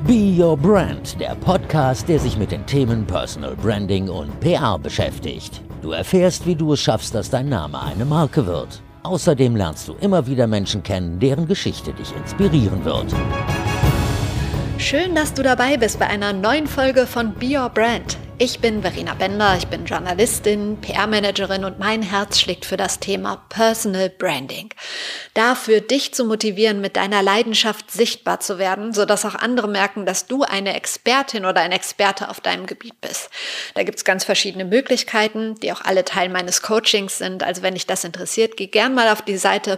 Be Your Brand, der Podcast, der sich mit den Themen Personal Branding und PR beschäftigt. Du erfährst, wie du es schaffst, dass dein Name eine Marke wird. Außerdem lernst du immer wieder Menschen kennen, deren Geschichte dich inspirieren wird. Schön, dass du dabei bist bei einer neuen Folge von Be Your Brand. Ich bin Verena Bender, ich bin Journalistin, PR-Managerin und mein Herz schlägt für das Thema Personal Branding. Dafür, dich zu motivieren, mit deiner Leidenschaft sichtbar zu werden, sodass auch andere merken, dass du eine Expertin oder ein Experte auf deinem Gebiet bist. Da gibt es ganz verschiedene Möglichkeiten, die auch alle Teil meines Coachings sind. Also wenn dich das interessiert, geh gern mal auf die Seite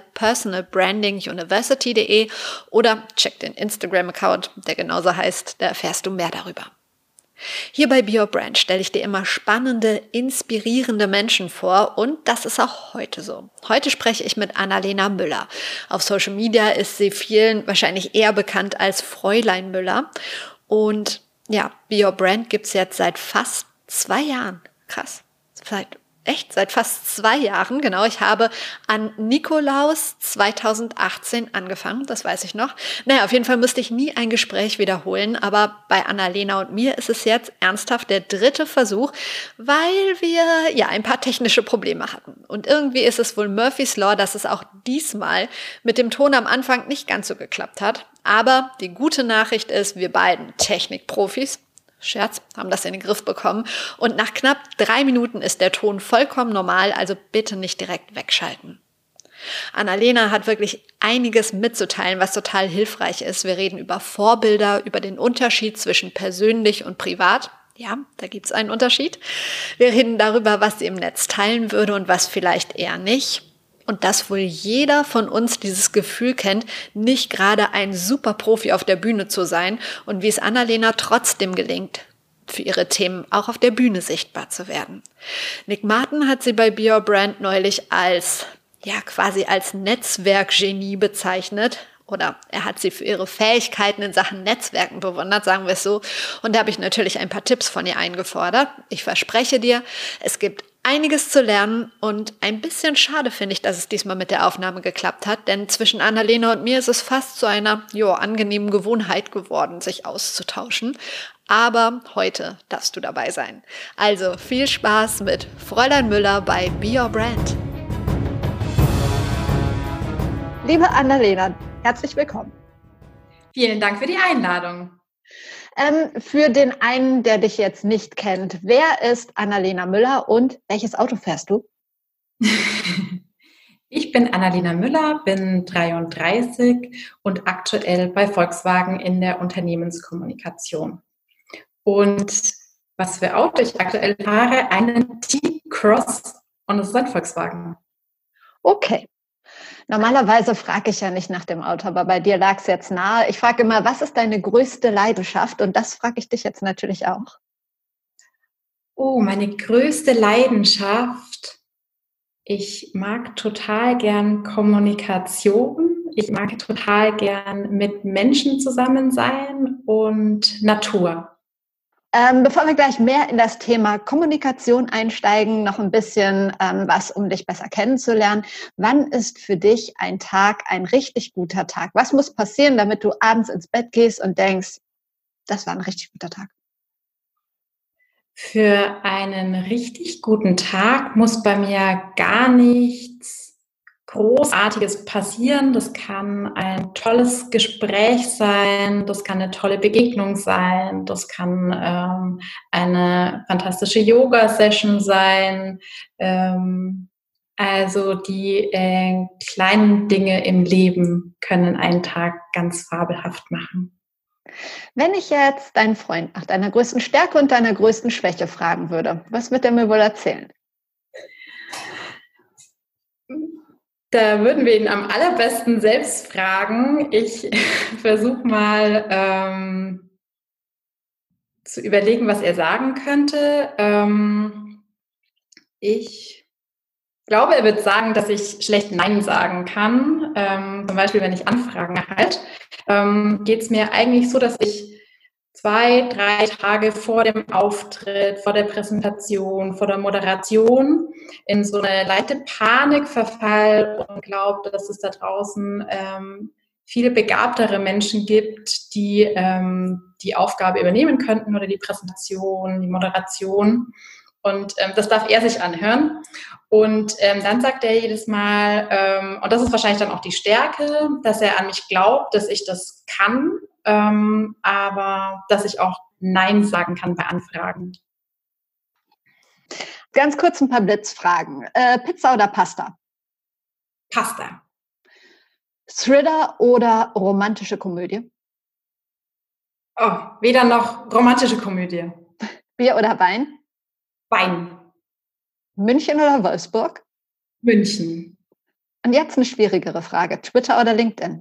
personalbrandinguniversity.de oder check den Instagram-Account, der genauso heißt, da erfährst du mehr darüber. Hier bei Be Your Brand stelle ich dir immer spannende, inspirierende Menschen vor und das ist auch heute so. Heute spreche ich mit Annalena Müller. Auf Social Media ist sie vielen wahrscheinlich eher bekannt als Fräulein Müller. Und ja, Be Your Brand gibt es jetzt seit fast 2 Jahren. Krass, seit fast 2 Jahren, genau. Ich habe an Nikolaus 2018 angefangen, das weiß ich noch. Naja, auf jeden Fall musste ich nie ein Gespräch wiederholen, aber bei Annalena und mir ist es jetzt ernsthaft der 3. Versuch, weil wir ja ein paar technische Probleme hatten. Und irgendwie ist es wohl Murphy's Law, dass es auch diesmal mit dem Ton am Anfang nicht ganz so geklappt hat. Aber die gute Nachricht ist, wir beiden Technikprofis, Scherz, haben das in den Griff bekommen. Und nach knapp 3 Minuten ist der Ton vollkommen normal, also bitte nicht direkt wegschalten. Annalena hat wirklich einiges mitzuteilen, was total hilfreich ist. Wir reden über Vorbilder, über den Unterschied zwischen persönlich und privat. Ja, da gibt's einen Unterschied. Wir reden darüber, was sie im Netz teilen würde und was vielleicht eher nicht. Und dass wohl jeder von uns dieses Gefühl kennt, nicht gerade ein super Profi auf der Bühne zu sein und wie es Annalena trotzdem gelingt, für ihre Themen auch auf der Bühne sichtbar zu werden. Nick Martin hat sie bei Be Your Brand neulich quasi als Netzwerkgenie bezeichnet. Oder er hat sie für ihre Fähigkeiten in Sachen Netzwerken bewundert, sagen wir es so. Und da habe ich natürlich ein paar Tipps von ihr eingefordert. Ich verspreche dir, es gibt einiges zu lernen und ein bisschen schade finde ich, dass es diesmal mit der Aufnahme geklappt hat, denn zwischen Annalena und mir ist es fast zu einer angenehmen Gewohnheit geworden, sich auszutauschen. Aber heute darfst du dabei sein. Also viel Spaß mit Fräulein Müller bei Be Your Brand. Liebe Annalena, herzlich willkommen. Vielen Dank für die Einladung. Für den einen, der dich jetzt nicht kennt, wer ist Annalena Müller und welches Auto fährst du? Ich bin Annalena Müller, bin 33 und aktuell bei Volkswagen in der Unternehmenskommunikation. Und was für Auto ich aktuell fahre? Einen T-Cross und es ist ein Volkswagen. Okay. Normalerweise frage ich ja nicht nach dem Auto, aber bei dir lag es jetzt nahe. Ich frage immer, was ist deine größte Leidenschaft? Und das frage ich dich jetzt natürlich auch. Oh, meine größte Leidenschaft. Ich mag total gern Kommunikation. Ich mag total gern mit Menschen zusammen sein und Natur. Bevor wir gleich mehr in das Thema Kommunikation einsteigen, noch ein bisschen was, um dich besser kennenzulernen. Wann ist für dich ein Tag ein richtig guter Tag? Was muss passieren, damit du abends ins Bett gehst und denkst, das war ein richtig guter Tag? Für einen richtig guten Tag muss bei mir gar nichts Großartiges passieren. Das kann ein tolles Gespräch sein, das kann eine tolle Begegnung sein, das kann eine fantastische Yoga-Session sein. Also die kleinen Dinge im Leben können einen Tag ganz fabelhaft machen. Wenn ich jetzt deinen Freund nach deiner größten Stärke und deiner größten Schwäche fragen würde, was wird er mir wohl erzählen? Da würden wir ihn am allerbesten selbst fragen. Ich versuche mal zu überlegen, was er sagen könnte. Ich glaube, er wird sagen, dass ich schlecht Nein sagen kann. Zum Beispiel, wenn ich Anfragen erhalte, geht es mir eigentlich so, dass ich 2, 3 Tage vor dem Auftritt, vor der Präsentation, vor der Moderation in so eine leichte Panik verfall und glaube, dass es da draußen viel begabtere Menschen gibt, die die Aufgabe übernehmen könnten oder die Präsentation, die Moderation. Und das darf er sich anhören. Und dann sagt er jedes Mal, und das ist wahrscheinlich dann auch die Stärke, dass er an mich glaubt, dass ich das kann, aber dass ich auch Nein sagen kann bei Anfragen. Ganz kurz ein paar Blitzfragen. Pizza oder Pasta? Pasta. Thriller oder romantische Komödie? Oh, weder noch romantische Komödie. Bier oder Wein? Wein. München oder Wolfsburg? München. Und jetzt eine schwierigere Frage. Twitter oder LinkedIn?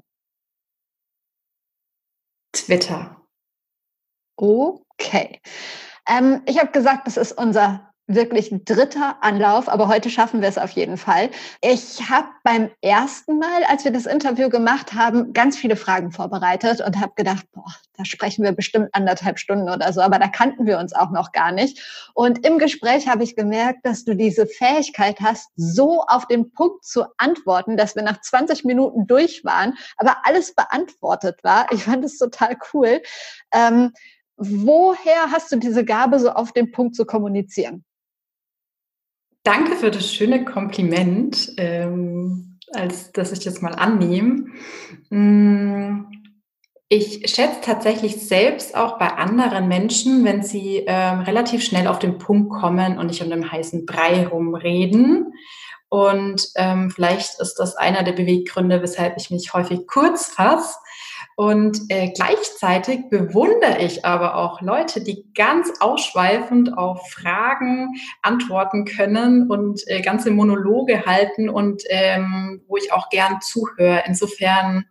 Twitter. Okay. Ich habe gesagt, das ist unser wirklich dritter Anlauf, aber heute schaffen wir es auf jeden Fall. Ich habe beim ersten Mal, als wir das Interview gemacht haben, ganz viele Fragen vorbereitet und habe gedacht, da sprechen wir bestimmt 1,5 Stunden oder so, aber da kannten wir uns auch noch gar nicht. Und im Gespräch habe ich gemerkt, dass du diese Fähigkeit hast, so auf den Punkt zu antworten, dass wir nach 20 Minuten durch waren, aber alles beantwortet war. Ich fand es total cool. Woher hast du diese Gabe, so auf den Punkt zu kommunizieren? Danke für das schöne Kompliment, als dass ich das mal annehme. Ich schätze tatsächlich selbst auch bei anderen Menschen, wenn sie relativ schnell auf den Punkt kommen und nicht um den heißen Brei rumreden. Und vielleicht ist das einer der Beweggründe, weshalb ich mich häufig kurz fasse. Und gleichzeitig bewundere ich aber auch Leute, die ganz ausschweifend auf Fragen antworten können und ganze Monologe halten und wo ich auch gern zuhöre. Insofern,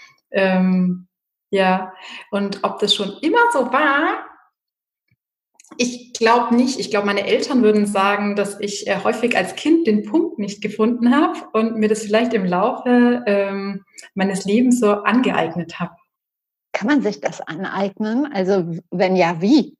ja, und ob das schon immer so war, ich glaube nicht. Ich glaube, meine Eltern würden sagen, dass ich häufig als Kind den Punkt nicht gefunden habe und mir das vielleicht im Laufe meines Lebens so angeeignet habe. Kann man sich das aneignen? Also wenn ja, wie?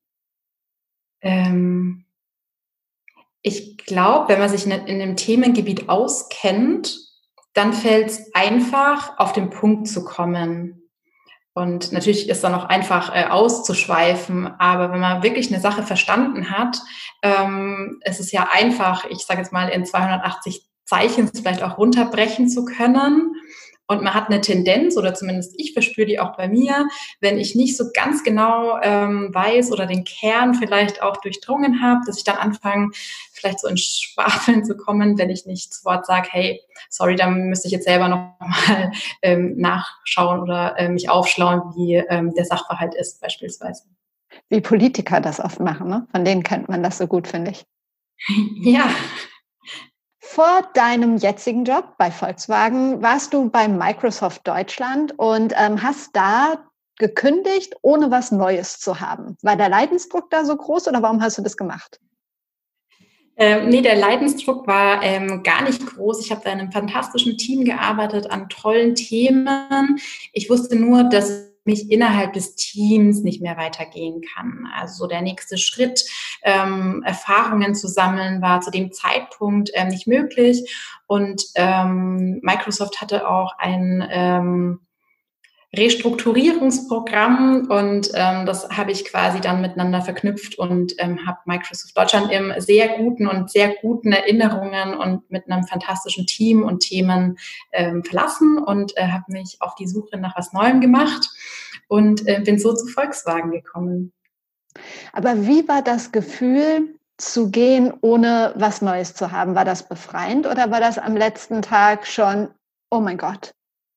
Ich glaube, wenn man sich in einem Themengebiet auskennt, dann fällt es einfach, auf den Punkt zu kommen. Und natürlich ist dann auch einfach auszuschweifen, aber wenn man wirklich eine Sache verstanden hat, es ist ja einfach, ich sage jetzt mal in 280 Zeichen vielleicht auch runterbrechen zu können. Und man hat eine Tendenz, oder zumindest ich verspüre die auch bei mir, wenn ich nicht so ganz genau weiß oder den Kern vielleicht auch durchdrungen habe, dass ich dann anfange, vielleicht so ins Schwafeln zu kommen, wenn ich nicht sofort sage, hey, sorry, dann müsste ich jetzt selber noch mal nachschauen oder mich aufschlauen, wie der Sachverhalt ist beispielsweise. Wie Politiker das oft machen, ne? Von denen kennt man das so gut, finde ich. Ja. Vor deinem jetzigen Job bei Volkswagen warst du bei Microsoft Deutschland und hast da gekündigt, ohne was Neues zu haben. War der Leidensdruck da so groß oder warum hast du das gemacht? Nee, der Leidensdruck war gar nicht groß. Ich habe da in einem fantastischen Team gearbeitet, an tollen Themen. Ich wusste nur, dass mich innerhalb des Teams nicht mehr weitergehen kann. Also so der nächste Schritt, Erfahrungen zu sammeln, war zu dem Zeitpunkt nicht möglich. Und Microsoft hatte auch ein Restrukturierungsprogramm und das habe ich quasi dann miteinander verknüpft und habe Microsoft Deutschland in sehr guten Erinnerungen und mit einem fantastischen Team und Themen verlassen und habe mich auf die Suche nach was Neuem gemacht und bin so zu Volkswagen gekommen. Aber wie war das Gefühl, zu gehen, ohne was Neues zu haben? War das befreiend oder war das am letzten Tag schon, oh mein Gott?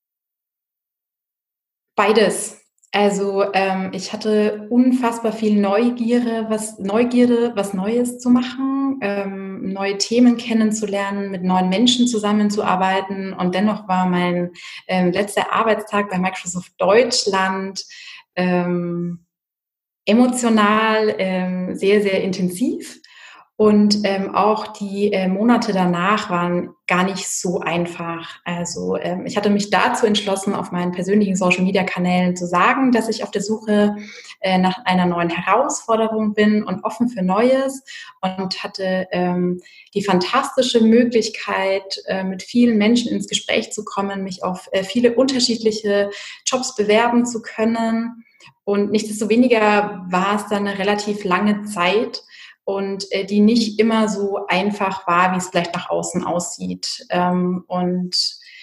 Beides. Also ich hatte unfassbar viel Neugierde, was Neues zu machen, neue Themen kennenzulernen, mit neuen Menschen zusammenzuarbeiten. Und dennoch war mein letzter Arbeitstag bei Microsoft Deutschland emotional sehr, sehr intensiv. Und auch die Monate danach waren gar nicht so einfach. Also ich hatte mich dazu entschlossen, auf meinen persönlichen Social-Media-Kanälen zu sagen, dass ich auf der Suche nach einer neuen Herausforderung bin und offen für Neues, und hatte die fantastische Möglichkeit, mit vielen Menschen ins Gespräch zu kommen, mich auf viele unterschiedliche Jobs bewerben zu können. Und nichtsdestoweniger war es dann eine relativ lange Zeit, und die nicht immer so einfach war, wie es vielleicht nach außen aussieht. Und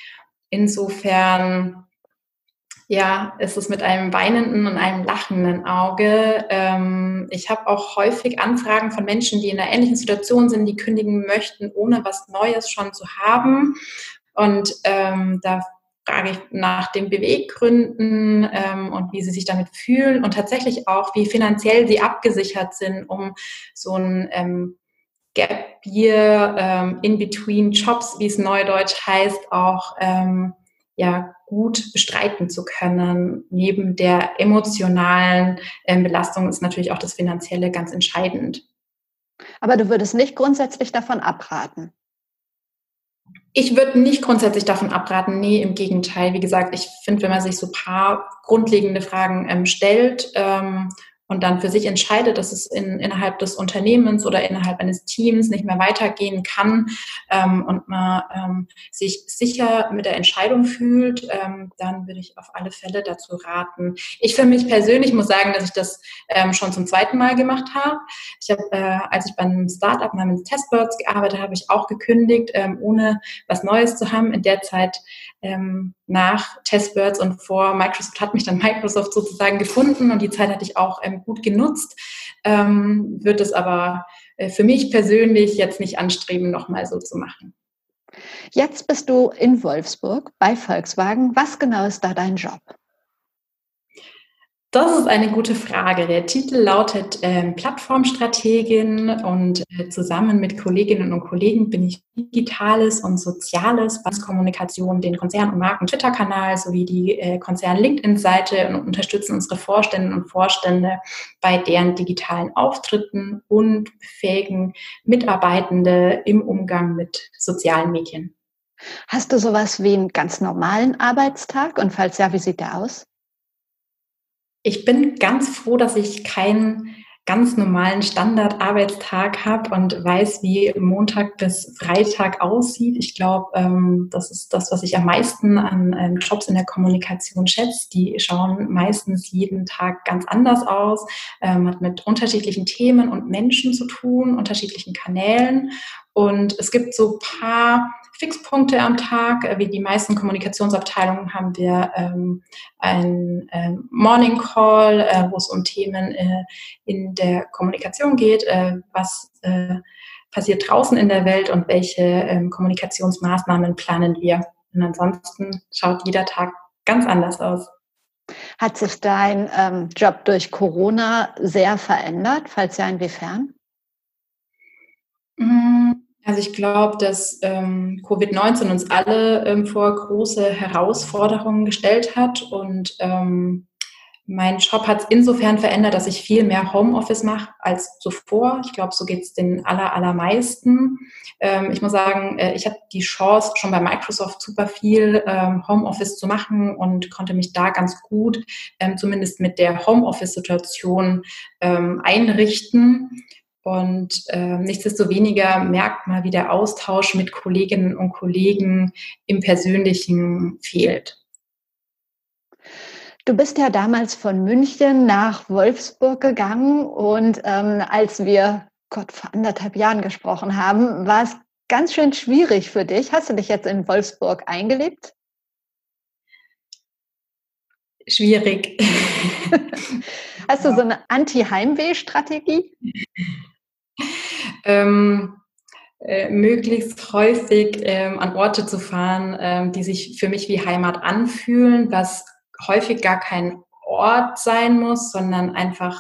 insofern, ja, ist es mit einem weinenden und einem lachenden Auge. Ich habe auch häufig Anfragen von Menschen, die in einer ähnlichen Situation sind, die kündigen möchten, ohne was Neues schon zu haben. Und da frage ich nach den Beweggründen und wie sie sich damit fühlen und tatsächlich auch, wie finanziell sie abgesichert sind, um so ein Gap Year in between Jobs, wie es neudeutsch heißt, auch ja, gut bestreiten zu können. Neben der emotionalen Belastung ist natürlich auch das Finanzielle ganz entscheidend. Aber du würdest nicht grundsätzlich davon abraten. Ich würde nicht grundsätzlich davon abraten, nee, im Gegenteil. Wie gesagt, ich finde, wenn man sich so ein paar grundlegende Fragen stellt und dann für sich entscheidet, dass es innerhalb des Unternehmens oder innerhalb eines Teams nicht mehr weitergehen kann und man sich sicher mit der Entscheidung fühlt, dann würde ich auf alle Fälle dazu raten. Ich für mich persönlich muss sagen, dass ich das schon zum zweiten Mal gemacht habe. Ich habe, als ich bei einem Startup namens Testbirds gearbeitet habe, ich auch gekündigt, ohne was Neues zu haben. In der Zeit nach Testbirds und vor Microsoft hat mich dann Microsoft sozusagen gefunden, und die Zeit hatte ich auch gut genutzt. Wird es aber für mich persönlich jetzt nicht anstreben, nochmal so zu machen. Jetzt bist du in Wolfsburg bei Volkswagen. Was genau ist da dein Job? Das ist eine gute Frage. Der Titel lautet Plattformstrategin, und zusammen mit Kolleginnen und Kollegen bin ich digitales und soziales Kommunikation, den Konzern- und Marken-Twitter-Kanal sowie die Konzern-LinkedIn-Seite, und unterstützen unsere Vorständinnen und Vorstände bei deren digitalen Auftritten und befähigen Mitarbeitende im Umgang mit sozialen Medien. Hast du sowas wie einen ganz normalen Arbeitstag? Und falls ja, wie sieht der aus? Ich bin ganz froh, dass ich keinen ganz normalen Standardarbeitstag habe und weiß, wie Montag bis Freitag aussieht. Ich glaube, das ist das, was ich am meisten an Jobs in der Kommunikation schätze. Die schauen meistens jeden Tag ganz anders aus, hat mit unterschiedlichen Themen und Menschen zu tun, unterschiedlichen Kanälen. Und es gibt so ein paar Fixpunkte am Tag. Wie die meisten Kommunikationsabteilungen haben wir einen Morning Call, wo es um Themen in der Kommunikation geht, was passiert draußen in der Welt und welche Kommunikationsmaßnahmen planen wir. Und ansonsten schaut jeder Tag ganz anders aus. Hat sich dein Job durch Corona sehr verändert? Falls ja, inwiefern? Also ich glaube, dass Covid-19 uns alle vor große Herausforderungen gestellt hat, und mein Job hat es insofern verändert, dass ich viel mehr Homeoffice mache als zuvor. Ich glaube, so geht es den allermeisten. Ich muss sagen, ich hatte die Chance, schon bei Microsoft super viel Homeoffice zu machen und konnte mich da ganz gut, zumindest mit der Homeoffice-Situation, einrichten. Und nichtsdestoweniger merkt man, wie der Austausch mit Kolleginnen und Kollegen im Persönlichen fehlt. Du bist ja damals von München nach Wolfsburg gegangen, und als wir, Gott, vor 1,5 Jahren gesprochen haben, war es ganz schön schwierig für dich. Hast du dich jetzt in Wolfsburg eingelebt? Schwierig. Hast du so eine Anti-Heimweh-Strategie? Möglichst häufig an Orte zu fahren, die sich für mich wie Heimat anfühlen, was häufig gar kein Ort sein muss, sondern einfach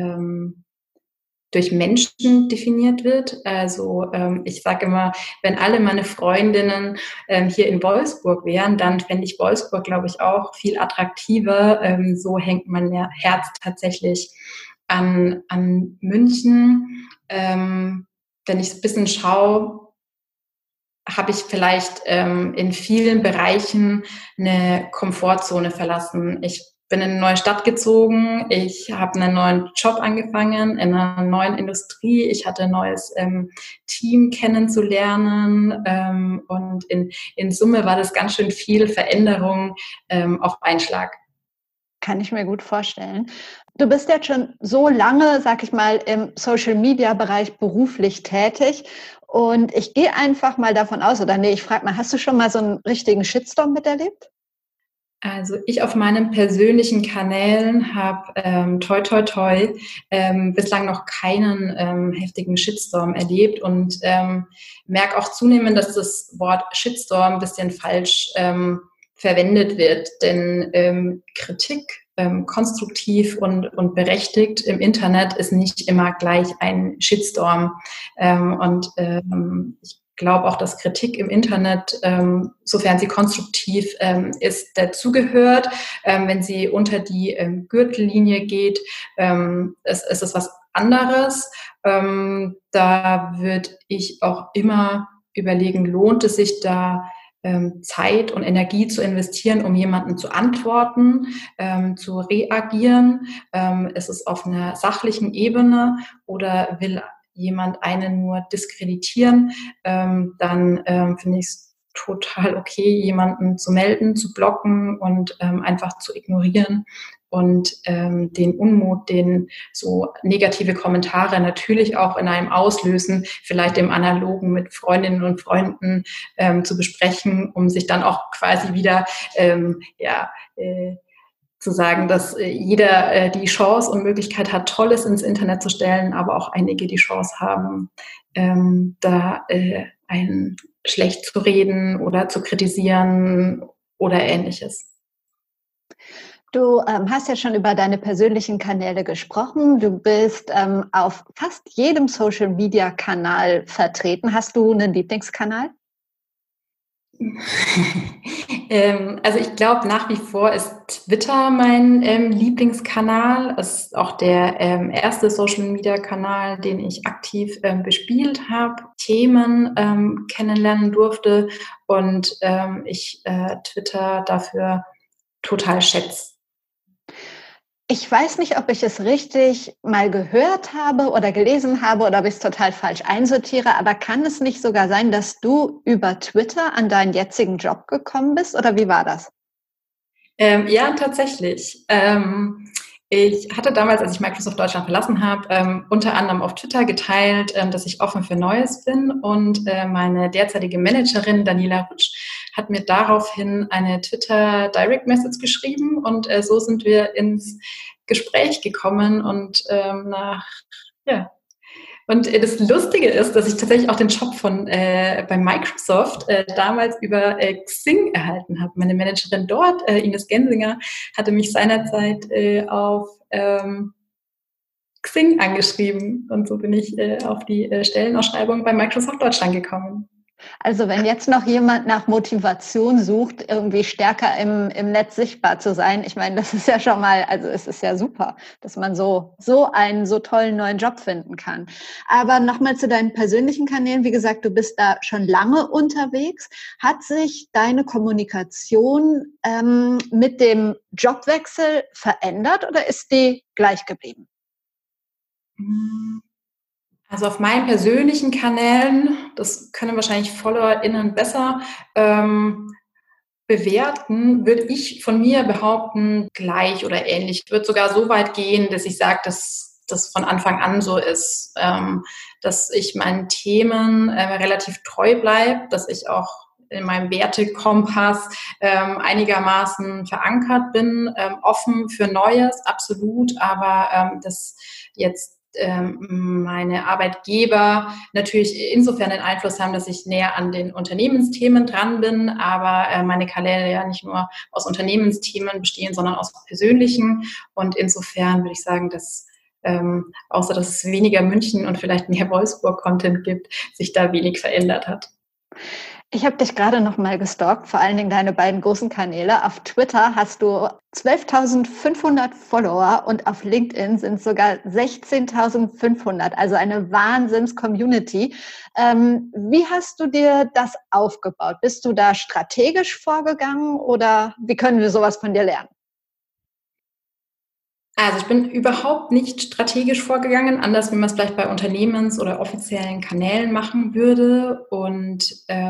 durch Menschen definiert wird. Also ich sage immer, wenn alle meine Freundinnen hier in Wolfsburg wären, dann fände ich Wolfsburg, glaube ich, auch viel attraktiver. So hängt mein Herz tatsächlich an München. wenn ich ein bisschen schaue, habe ich vielleicht in vielen Bereichen eine Komfortzone verlassen. Ich bin in eine neue Stadt gezogen, ich habe einen neuen Job angefangen, in einer neuen Industrie, ich hatte ein neues Team kennenzulernen und in Summe war das ganz schön viel Veränderung auf einen Schlag. Kann ich mir gut vorstellen. Du bist jetzt schon so lange, sag ich mal, im Social-Media-Bereich beruflich tätig und ich gehe einfach mal davon aus, oder nee, ich frage mal, hast du schon mal so einen richtigen Shitstorm miterlebt? Also ich auf meinen persönlichen Kanälen habe toi toi toi bislang noch keinen heftigen Shitstorm erlebt und merke auch zunehmend, dass das Wort Shitstorm ein bisschen falsch verwendet wird, denn Kritik konstruktiv und berechtigt im Internet ist nicht immer gleich ein Shitstorm ich glaube auch, dass Kritik im Internet, sofern sie konstruktiv ist, dazugehört. Wenn sie unter die Gürtellinie geht, ist es was anderes. Da würde ich auch immer überlegen, lohnt es sich da Zeit und Energie zu investieren, um jemanden zu antworten, zu reagieren? Ist es auf einer sachlichen Ebene oder will jemand einen nur diskreditieren, dann finde ich es total okay, jemanden zu melden, zu blocken und einfach zu ignorieren und den Unmut, den so negative Kommentare natürlich auch in einem auslösen, vielleicht im Analogen mit Freundinnen und Freunden zu besprechen, um sich dann auch quasi wieder zu sagen, dass jeder die Chance und Möglichkeit hat, Tolles ins Internet zu stellen, aber auch einige die Chance haben, da einen schlecht zu reden oder zu kritisieren oder Ähnliches. Du hast ja schon über deine persönlichen Kanäle gesprochen. Du bist auf fast jedem Social-Media-Kanal vertreten. Hast du einen Lieblingskanal? Also ich glaube, nach wie vor ist Twitter mein Lieblingskanal. Es ist auch der erste Social-Media-Kanal, den ich aktiv bespielt habe, Themen kennenlernen durfte und ich Twitter dafür total schätze. Ich weiß nicht, ob ich es richtig mal gehört habe oder gelesen habe oder ob ich es total falsch einsortiere, aber kann es nicht sogar sein, dass du über Twitter an deinen jetzigen Job gekommen bist oder wie war das? Ja, tatsächlich. Ich hatte damals, als ich Microsoft Deutschland verlassen habe, unter anderem auf Twitter geteilt, dass ich offen für Neues bin und meine derzeitige Managerin Daniela Rutsch hat mir daraufhin eine Twitter Direct Message geschrieben und so sind wir ins Gespräch gekommen und Und das Lustige ist, dass ich tatsächlich auch den Job bei Microsoft damals über Xing erhalten habe. Meine Managerin dort, Ines Gensinger, hatte mich seinerzeit auf Xing angeschrieben und so bin ich auf die Stellenausschreibung bei Microsoft Deutschland gekommen. Also wenn jetzt noch jemand nach Motivation sucht, irgendwie stärker im Netz sichtbar zu sein, ich meine, das ist ja schon mal, also es ist ja super, dass man so einen so tollen neuen Job finden kann. Aber nochmal zu deinen persönlichen Kanälen. Wie gesagt, du bist da schon lange unterwegs. Hat sich deine Kommunikation mit dem Jobwechsel verändert oder ist die gleich geblieben? Also auf meinen persönlichen Kanälen, das können wahrscheinlich FollowerInnen besser bewerten, würde ich von mir behaupten, gleich oder ähnlich. Ich würde sogar so weit gehen, dass ich sage, dass das von Anfang an so ist, dass ich meinen Themen relativ treu bleibe, dass ich auch in meinem Wertekompass einigermaßen verankert bin, offen für Neues, absolut, aber dass jetzt meine Arbeitgeber natürlich insofern den Einfluss haben, dass ich näher an den Unternehmensthemen dran bin, aber meine Kanäle ja nicht nur aus Unternehmensthemen bestehen, sondern aus persönlichen. Und insofern würde ich sagen, dass außer dass es weniger München und vielleicht mehr Wolfsburg-Content gibt, sich da wenig verändert hat. Ich habe dich gerade noch mal gestalkt, vor allen Dingen deine beiden großen Kanäle. Auf Twitter hast du 12.500 Follower und auf LinkedIn sind sogar 16.500, also eine Wahnsinns-Community. Wie hast du dir das aufgebaut? Bist du da strategisch vorgegangen oder wie können wir sowas von dir lernen? Also ich bin überhaupt nicht strategisch vorgegangen, anders wie man es vielleicht bei Unternehmens- oder offiziellen Kanälen machen würde. Und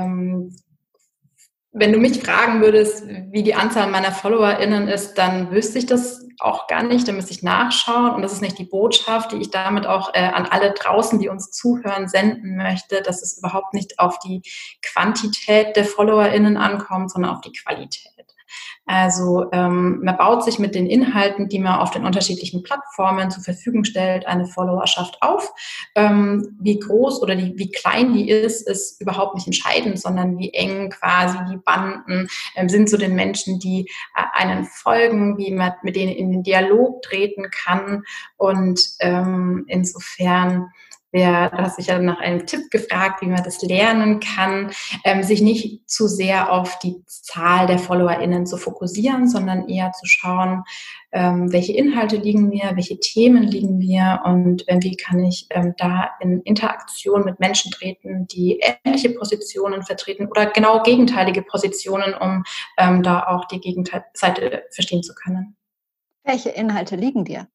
wenn du mich fragen würdest, wie die Anzahl meiner FollowerInnen ist, dann wüsste ich das auch gar nicht. Dann müsste ich nachschauen. Und das ist nicht die Botschaft, die ich damit auch an alle draußen, die uns zuhören, senden möchte, dass es überhaupt nicht auf die Quantität der FollowerInnen ankommt, sondern auf die Qualität. Also man baut sich mit den Inhalten, die man auf den unterschiedlichen Plattformen zur Verfügung stellt, eine Followerschaft auf. Wie groß oder wie klein die ist überhaupt nicht entscheidend, sondern wie eng quasi die Banden sind zu den Menschen, die einen folgen, wie man mit denen in den Dialog treten kann. Und insofern, du hast dich ja nach einem Tipp gefragt, wie man das lernen kann, sich nicht zu sehr auf die Zahl der FollowerInnen zu fokussieren, sondern eher zu schauen, welche Inhalte liegen mir, welche Themen liegen mir und wie kann ich da in Interaktion mit Menschen treten, die ähnliche Positionen vertreten oder genau gegenteilige Positionen, um da auch die Gegenseite verstehen zu können. Welche Inhalte liegen dir?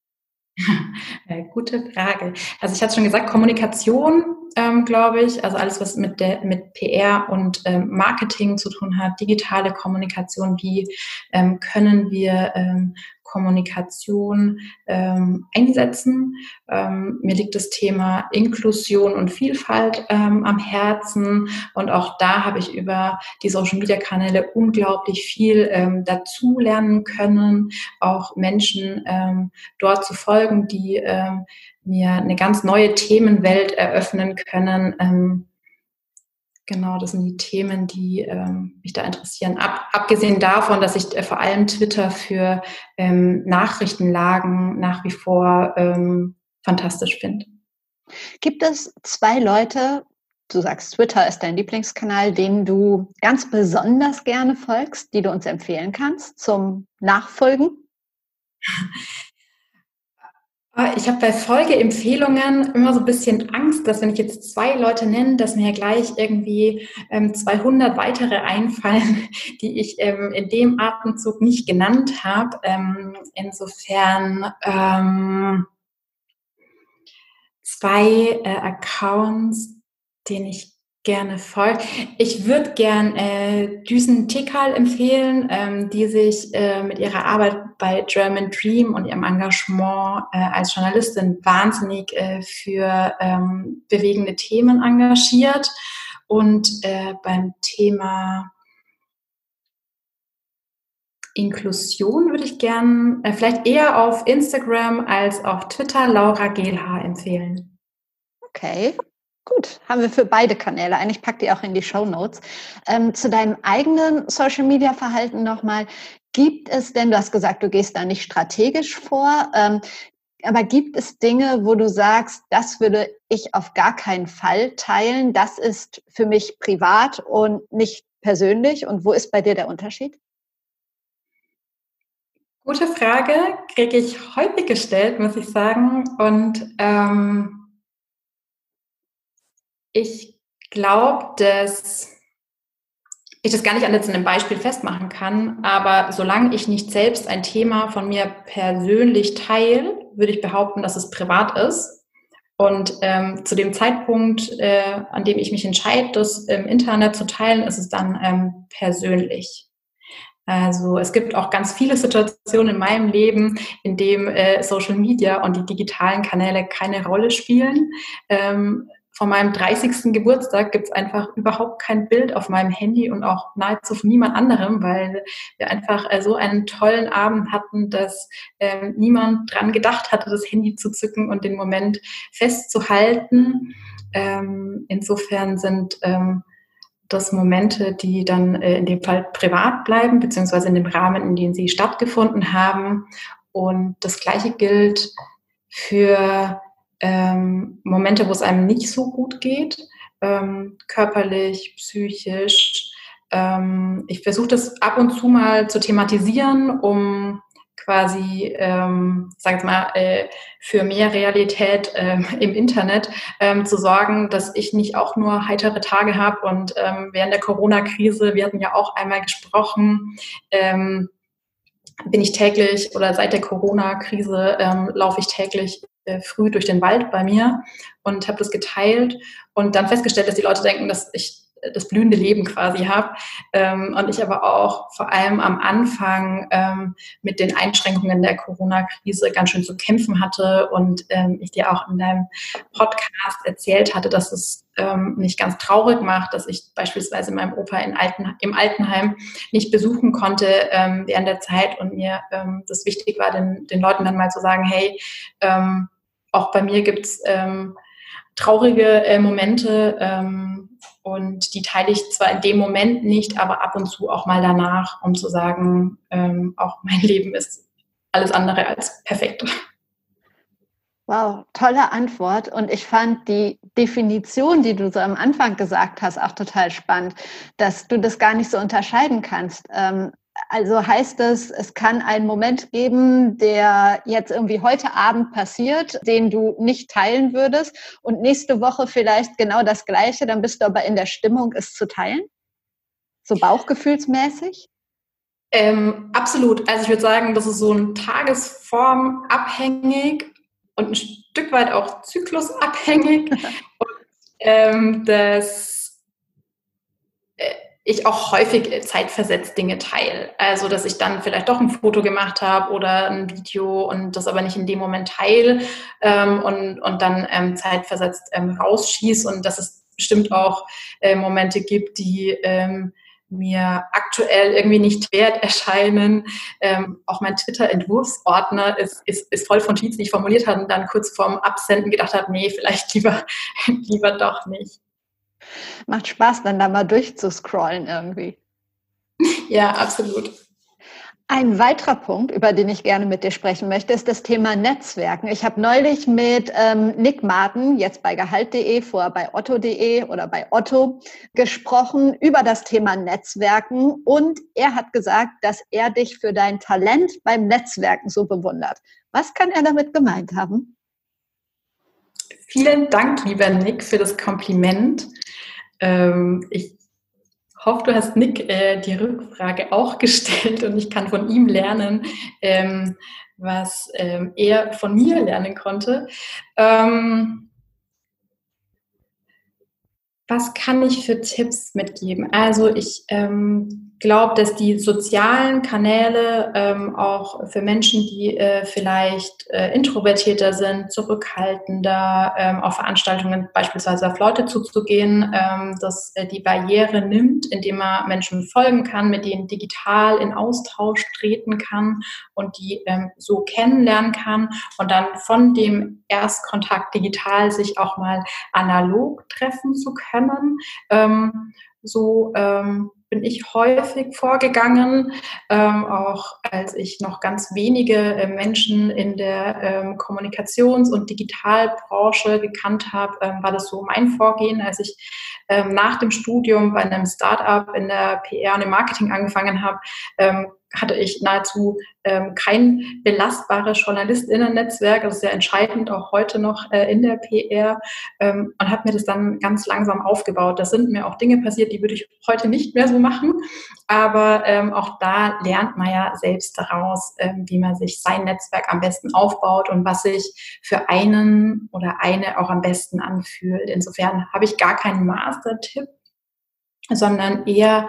Gute Frage. Also ich hatte schon gesagt, Kommunikation, glaube ich, also alles, was mit PR und Marketing zu tun hat, digitale Kommunikation, wie können wir Kommunikation einsetzen. Mir liegt das Thema Inklusion und Vielfalt am Herzen und auch da habe ich über die Social-Media-Kanäle unglaublich viel dazu lernen können, auch Menschen dort zu folgen, die mir eine ganz neue Themenwelt eröffnen können. Genau, das sind die Themen, die mich da interessieren. Abgesehen davon, dass ich vor allem Twitter für Nachrichtenlagen nach wie vor fantastisch finde. Gibt es 2 Leute, du sagst, Twitter ist dein Lieblingskanal, denen du ganz besonders gerne folgst, die du uns empfehlen kannst zum Nachfolgen? Ich habe bei Folgeempfehlungen immer so ein bisschen Angst, dass wenn ich jetzt 2 Leute nenne, dass mir gleich irgendwie 200 weitere einfallen, die ich in dem Atemzug nicht genannt habe. Insofern 2 Accounts, denen ich gerne folge. Ich würde gern Düsen Tekal empfehlen, die sich mit ihrer Arbeit bei German Dream und ihrem Engagement als Journalistin wahnsinnig für bewegende Themen engagiert. Und beim Thema Inklusion würde ich gern vielleicht eher auf Instagram als auf Twitter Laura Gehlhaar empfehlen. Okay, gut. Haben wir für beide Kanäle ein. Ich packe die auch in die Shownotes. Zu deinem eigenen Social-Media-Verhalten nochmal. Gibt es denn, du hast gesagt, du gehst da nicht strategisch vor, aber gibt es Dinge, wo du sagst, das würde ich auf gar keinen Fall teilen, das ist für mich privat und nicht persönlich? Und wo ist bei dir der Unterschied? Gute Frage, kriege ich häufig gestellt, muss ich sagen. Und ich glaube, dass ich das gar nicht an jetzt einem Beispiel festmachen kann, aber solange ich nicht selbst ein Thema von mir persönlich teile, würde ich behaupten, dass es privat ist. Und zu dem Zeitpunkt, an dem ich mich entscheide, das im Internet zu teilen, ist es dann persönlich. Also es gibt auch ganz viele Situationen in meinem Leben, in dem Social Media und die digitalen Kanäle keine Rolle spielen. Von meinem 30. Geburtstag gibt es einfach überhaupt kein Bild auf meinem Handy und auch nahezu von niemand anderem, weil wir einfach so einen tollen Abend hatten, dass niemand dran gedacht hatte, das Handy zu zücken und den Moment festzuhalten. Insofern sind das Momente, die dann in dem Fall privat bleiben, beziehungsweise in dem Rahmen, in dem sie stattgefunden haben. Und das Gleiche gilt für Momente, wo es einem nicht so gut geht. körperlich, psychisch. Ich versuche das ab und zu mal zu thematisieren, um quasi, sag ich mal, für mehr Realität im Internet zu sorgen, dass ich nicht auch nur heitere Tage habe. Und während der Corona-Krise, wir hatten ja auch einmal gesprochen, bin ich täglich oder seit der Corona-Krise laufe ich täglich früh durch den Wald bei mir und habe das geteilt und dann festgestellt, dass die Leute denken, dass ich das blühende Leben quasi habe und ich aber auch vor allem am Anfang mit den Einschränkungen der Corona-Krise ganz schön zu kämpfen hatte und ich dir auch in deinem Podcast erzählt hatte, dass es mich ganz traurig macht, dass ich beispielsweise meinem Opa im Altenheim nicht besuchen konnte während der Zeit und mir das wichtig war, den Leuten dann mal zu sagen, hey, auch bei mir gibt's traurige Momente und die teile ich zwar in dem Moment nicht, aber ab und zu auch mal danach, um zu sagen, auch mein Leben ist alles andere als perfekt. Wow, tolle Antwort. Und ich fand die Definition, die du so am Anfang gesagt hast, auch total spannend, dass du das gar nicht so unterscheiden kannst. Also heißt es, es kann einen Moment geben, der jetzt irgendwie heute Abend passiert, den du nicht teilen würdest und nächste Woche vielleicht genau das Gleiche, dann bist du aber in der Stimmung, es zu teilen? So bauchgefühlsmäßig? Absolut. Also ich würde sagen, das ist so ein tagesformabhängig und ein Stück weit auch zyklusabhängig. Und, dass ich auch häufig zeitversetzt Dinge teile. Also, dass ich dann vielleicht doch ein Foto gemacht habe oder ein Video und das aber nicht in dem Moment teile und dann zeitversetzt rausschieße und dass es bestimmt auch Momente gibt, die mir aktuell irgendwie nicht wert erscheinen. Auch mein Twitter-Entwurfsordner ist voll von Tweets, die ich formuliert habe und dann kurz vorm Absenden gedacht habe, nee, vielleicht lieber doch nicht. Macht Spaß, dann da mal durchzuscrollen irgendwie. Ja, absolut. Ein weiterer Punkt, über den ich gerne mit dir sprechen möchte, ist das Thema Netzwerken. Ich habe neulich mit Nick Martin, jetzt bei Gehalt.de, vorher bei Otto.de oder bei Otto, gesprochen über das Thema Netzwerken. Und er hat gesagt, dass er dich für dein Talent beim Netzwerken so bewundert. Was kann er damit gemeint haben? Vielen Dank, lieber Nick, für das Kompliment. Ich hoffe, du hast Nick die Rückfrage auch gestellt und ich kann von ihm lernen, was er von mir lernen konnte. Was kann ich für Tipps mitgeben? Also ich glaube, dass die sozialen Kanäle auch für Menschen, die vielleicht introvertierter sind, zurückhaltender, auf Veranstaltungen beispielsweise auf Leute zuzugehen, dass die Barriere nimmt, indem man Menschen folgen kann, mit denen digital in Austausch treten kann und die so kennenlernen kann und dann von dem Erstkontakt digital sich auch mal analog treffen zu können. So bin ich häufig vorgegangen, auch als ich noch ganz wenige Menschen in der Kommunikations- und Digitalbranche gekannt habe, war das so mein Vorgehen, als ich nach dem Studium bei einem Startup in der PR und im Marketing angefangen habe, hatte ich nahezu kein belastbares JournalistInnen-Netzwerk, das ist ja entscheidend, auch heute noch in der PR, und habe mir das dann ganz langsam aufgebaut. Da sind mir auch Dinge passiert, die würde ich heute nicht mehr so machen, aber auch da lernt man ja selbst daraus, wie man sich sein Netzwerk am besten aufbaut und was sich für einen oder eine auch am besten anfühlt. Insofern habe ich gar keinen Master-Tipp, sondern eher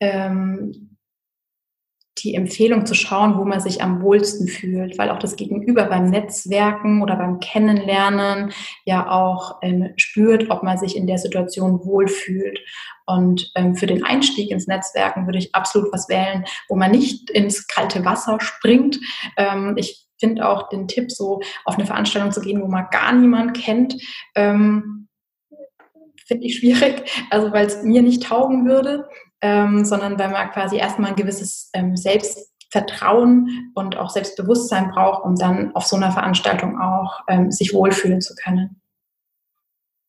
die Empfehlung zu schauen, wo man sich am wohlsten fühlt, weil auch das Gegenüber beim Netzwerken oder beim Kennenlernen ja auch spürt, ob man sich in der Situation wohlfühlt. Und für den Einstieg ins Netzwerken würde ich absolut was wählen, wo man nicht ins kalte Wasser springt. Ich finde auch den Tipp, so auf eine Veranstaltung zu gehen, wo man gar niemanden kennt, finde ich schwierig, also weil es mir nicht taugen würde, sondern weil man quasi erstmal ein gewisses Selbstvertrauen und auch Selbstbewusstsein braucht, um dann auf so einer Veranstaltung auch sich wohlfühlen zu können.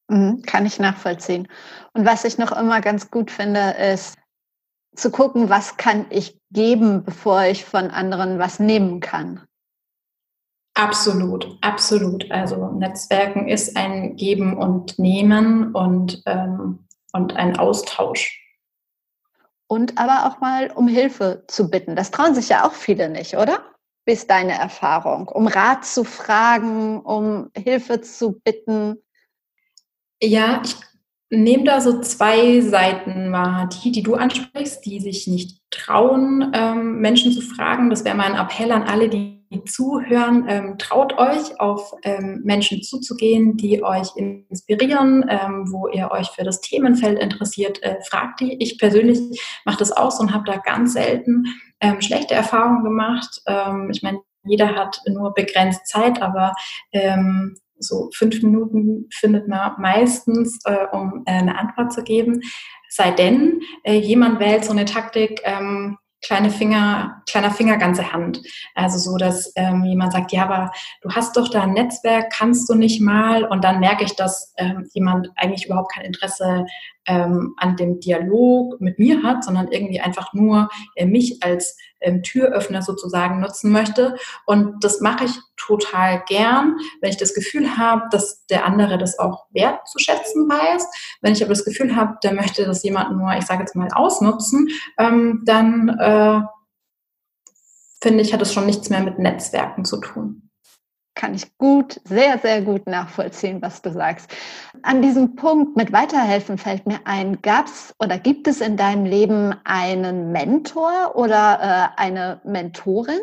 Kann ich nachvollziehen. Und was ich noch immer ganz gut finde, ist zu gucken, was kann ich geben, bevor ich von anderen was nehmen kann. Absolut, absolut. Also Netzwerken ist ein Geben und Nehmen und ein Austausch. Und aber auch mal um Hilfe zu bitten. Das trauen sich ja auch viele nicht, oder? Wie ist deine Erfahrung? Um Rat zu fragen, um Hilfe zu bitten? Ja, ich nehme da so 2 Seiten wahr. Die du ansprichst, die sich nicht trauen, Menschen zu fragen. Das wäre mein Appell an alle, die zuhören. Traut euch, auf Menschen zuzugehen, die euch inspirieren, wo ihr euch für das Themenfeld interessiert. Fragt die. Ich persönlich mache das auch so und habe da ganz selten schlechte Erfahrungen gemacht. Ich meine, jeder hat nur begrenzt Zeit, aber so 5 Minuten findet man meistens, um eine Antwort zu geben. Sei denn, jemand wählt so eine Taktik, kleiner Finger, ganze Hand. Also so, dass jemand sagt, ja, aber du hast doch da ein Netzwerk, kannst du nicht mal? Und dann merke ich, dass jemand eigentlich überhaupt kein Interesse an dem Dialog mit mir hat, sondern irgendwie einfach nur mich als Türöffner sozusagen nutzen möchte. Und das mache ich total gern, wenn ich das Gefühl habe, dass der andere das auch wertzuschätzen weiß. Wenn ich aber das Gefühl habe, der möchte das jemand nur, ich sage jetzt mal, ausnutzen, dann finde ich, hat es schon nichts mehr mit Netzwerken zu tun. Kann ich gut, sehr, sehr gut nachvollziehen, was du sagst. An diesem Punkt mit Weiterhelfen fällt mir ein, gab's oder gibt es in deinem Leben einen Mentor oder eine Mentorin?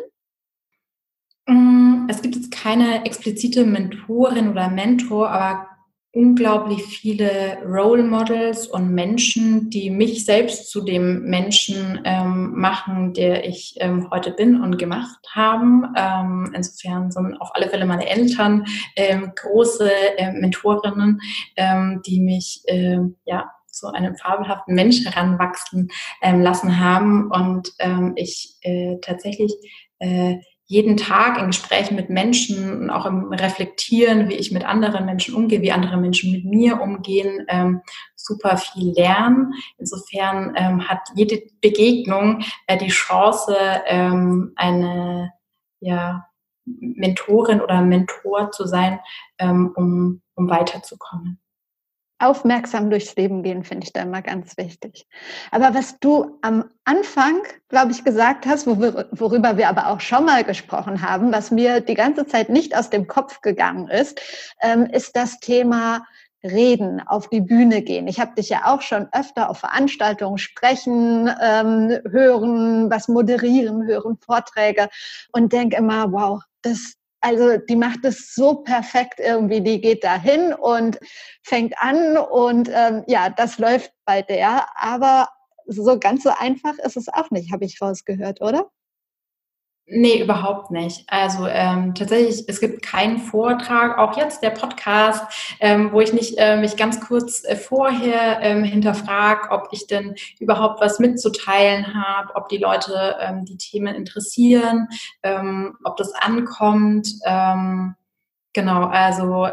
Es gibt jetzt keine explizite Mentorin oder Mentor, aber unglaublich viele Role Models und Menschen, die mich selbst zu dem Menschen machen, der ich heute bin und gemacht haben. Insofern sind auf alle Fälle meine Eltern große Mentorinnen, die mich zu einem fabelhaften Mensch heranwachsen lassen haben und ich tatsächlich jeden Tag in Gesprächen mit Menschen und auch im Reflektieren, wie ich mit anderen Menschen umgehe, wie andere Menschen mit mir umgehen, super viel lernen. Insofern hat jede Begegnung die Chance, eine Mentorin oder Mentor zu sein, um weiterzukommen. Aufmerksam durchs Leben gehen, finde ich da immer ganz wichtig. Aber was du am Anfang, glaube ich, gesagt hast, worüber wir aber auch schon mal gesprochen haben, was mir die ganze Zeit nicht aus dem Kopf gegangen ist das Thema Reden, auf die Bühne gehen. Ich habe dich ja auch schon öfter auf Veranstaltungen sprechen, hören, was moderieren, hören Vorträge und denke immer, wow, also die macht es so perfekt irgendwie, die geht da hin und fängt an und das läuft bei der, aber so ganz so einfach ist es auch nicht, habe ich rausgehört, oder? Nee, überhaupt nicht. Also tatsächlich, es gibt keinen Vortrag, auch jetzt der Podcast, wo ich nicht mich ganz kurz vorher hinterfrage, ob ich denn überhaupt was mitzuteilen habe, ob die Leute die Themen interessieren, ob das ankommt. Genau, also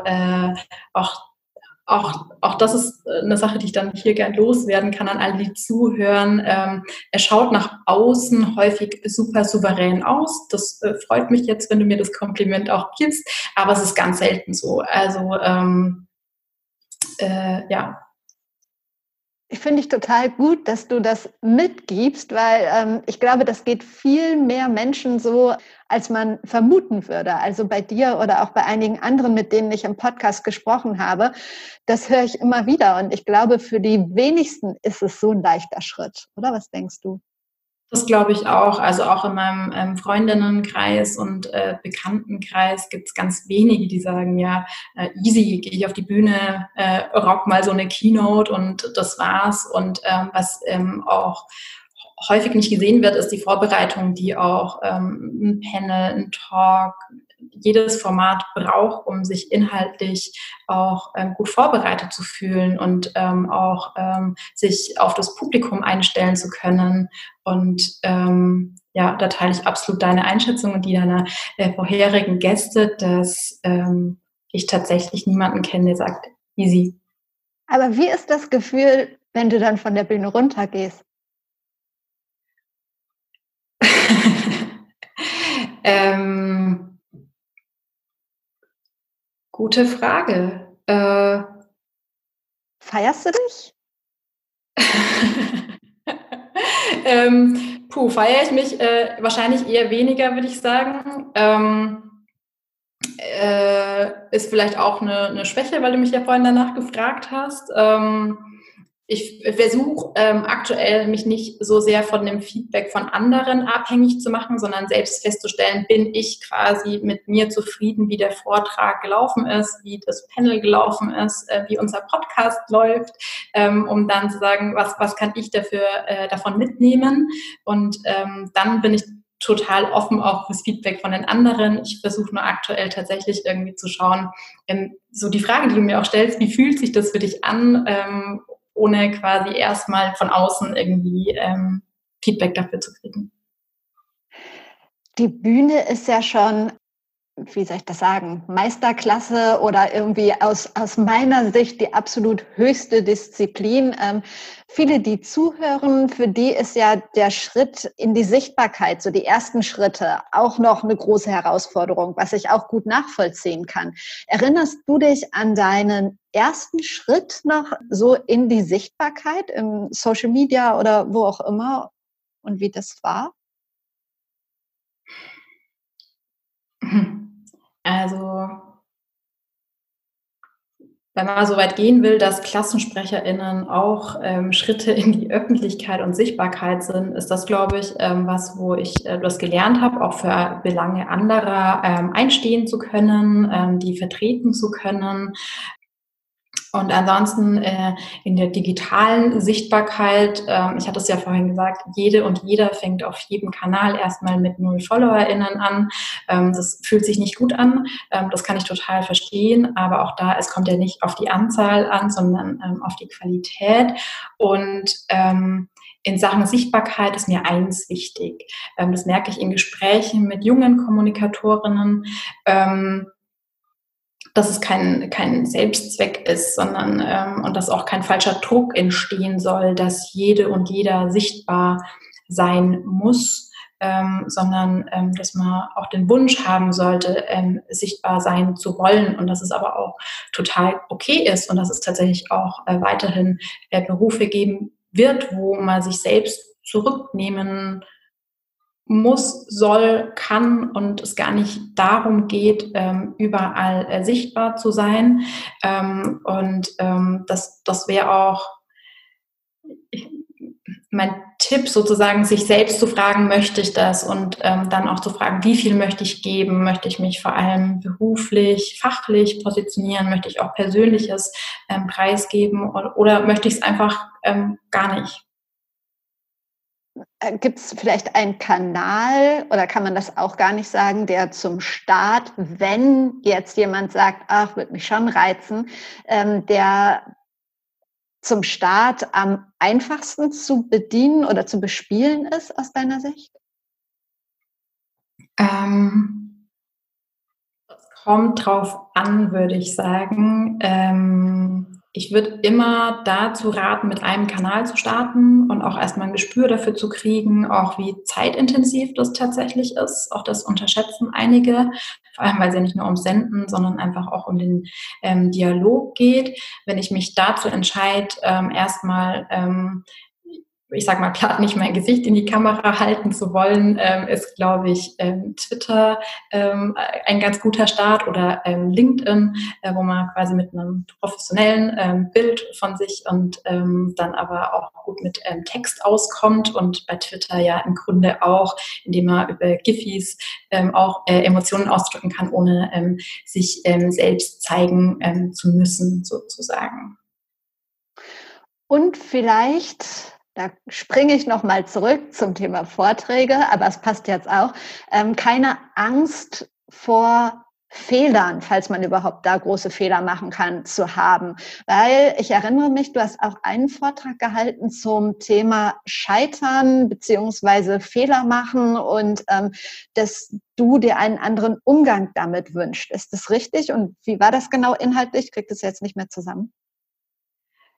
auch das ist eine Sache, die ich dann hier gern loswerden kann an alle, die zuhören. Er schaut nach außen häufig super souverän aus. Das freut mich jetzt, wenn du mir das Kompliment auch gibst, aber es ist ganz selten so. Also Ich finde ich total gut, dass du das mitgibst, weil ich glaube, das geht viel mehr Menschen so, als man vermuten würde. Also bei dir oder auch bei einigen anderen, mit denen ich im Podcast gesprochen habe, das höre ich immer wieder. Und ich glaube, für die wenigsten ist es so ein leichter Schritt. Oder was denkst du? Das glaube ich auch. Also auch in meinem Freundinnenkreis und Bekanntenkreis gibt es ganz wenige, die sagen, ja, easy, gehe ich auf die Bühne, rock mal so eine Keynote und das war's. Und was auch häufig nicht gesehen wird, ist die Vorbereitung, die auch ein Panel, ein Talk, jedes Format braucht, um sich inhaltlich auch gut vorbereitet zu fühlen und auch sich auf das Publikum einstellen zu können. Und da teile ich absolut deine Einschätzung und die deiner vorherigen Gäste, dass ich tatsächlich niemanden kenne, der sagt, easy. Aber wie ist das Gefühl, wenn du dann von der Bühne runtergehst? Gute Frage. Feierst du dich? Feiere ich mich wahrscheinlich eher weniger, würde ich sagen. Ist vielleicht auch eine Schwäche, weil du mich ja vorhin danach gefragt hast. Ich versuche aktuell mich nicht so sehr von dem Feedback von anderen abhängig zu machen, sondern selbst festzustellen, bin ich quasi mit mir zufrieden, wie der Vortrag gelaufen ist, wie das Panel gelaufen ist, wie unser Podcast läuft, um dann zu sagen, was kann ich davon mitnehmen. Und dann bin ich total offen auch fürs Feedback von den anderen. Ich versuche nur aktuell tatsächlich irgendwie zu schauen, so die Frage, die du mir auch stellst, wie fühlt sich das für dich an, ohne quasi erstmal von außen irgendwie Feedback dafür zu kriegen. Die Bühne ist ja schon, wie soll ich das sagen, Meisterklasse oder irgendwie aus meiner Sicht die absolut höchste Disziplin. Viele, die zuhören, für die ist ja der Schritt in die Sichtbarkeit, so die ersten Schritte, auch noch eine große Herausforderung, was ich auch gut nachvollziehen kann. Erinnerst du dich an deinen ersten Schritt noch so in die Sichtbarkeit im Social Media oder wo auch immer und wie das war? Also, wenn man so weit gehen will, dass KlassensprecherInnen auch Schritte in die Öffentlichkeit und Sichtbarkeit sind, ist das, glaube ich, was, wo ich das gelernt habe, auch für Belange anderer einstehen zu können, die vertreten zu können. Und ansonsten in der digitalen Sichtbarkeit, ich hatte es ja vorhin gesagt, jede und jeder fängt auf jedem Kanal erstmal mit 0 FollowerInnen an. Das fühlt sich nicht gut an, das kann ich total verstehen, aber auch da, es kommt ja nicht auf die Anzahl an, sondern auf die Qualität. Und in Sachen Sichtbarkeit ist mir eins wichtig. Das merke ich in Gesprächen mit jungen Kommunikatorinnen, dass es kein Selbstzweck ist, sondern und dass auch kein falscher Druck entstehen soll, dass jede und jeder sichtbar sein muss, sondern dass man auch den Wunsch haben sollte, sichtbar sein zu wollen und dass es aber auch total okay ist und dass es tatsächlich auch weiterhin Berufe geben wird, wo man sich selbst zurücknehmen muss, soll, kann und es gar nicht darum geht, überall sichtbar zu sein. Das wäre auch mein Tipp sozusagen, sich selbst zu fragen, möchte ich das? Und dann auch zu fragen, wie viel möchte ich geben? Möchte ich mich vor allem beruflich, fachlich positionieren? Möchte ich auch Persönliches preisgeben? Oder möchte ich es einfach gar nicht? Gibt es vielleicht einen Kanal oder kann man das auch gar nicht sagen, der zum Start, wenn jetzt jemand sagt, ach, würde mich schon reizen, der zum Start am einfachsten zu bedienen oder zu bespielen ist aus deiner Sicht? Es kommt drauf an, würde ich sagen. Ich würde immer dazu raten, mit einem Kanal zu starten und auch erstmal ein Gespür dafür zu kriegen, auch wie zeitintensiv das tatsächlich ist. Auch das unterschätzen einige, vor allem weil es ja nicht nur ums Senden, sondern einfach auch um den Dialog geht. Wenn ich mich dazu entscheide, erstmal ich sag mal, klar, nicht mein Gesicht in die Kamera halten zu wollen, ist, glaube ich, Twitter ein ganz guter Start oder LinkedIn, wo man quasi mit einem professionellen Bild von sich und dann aber auch gut mit Text auskommt und bei Twitter ja im Grunde auch, indem man über Giphies auch Emotionen ausdrücken kann, ohne sich selbst zeigen zu müssen, sozusagen. Und vielleicht, da springe ich nochmal zurück zum Thema Vorträge, aber es passt jetzt auch, keine Angst vor Fehlern, falls man überhaupt da große Fehler machen kann, zu haben. Weil ich erinnere mich, du hast auch einen Vortrag gehalten zum Thema Scheitern beziehungsweise Fehler machen und dass du dir einen anderen Umgang damit wünschst. Ist das richtig? Und wie war das genau inhaltlich? Ich kriege das jetzt nicht mehr zusammen.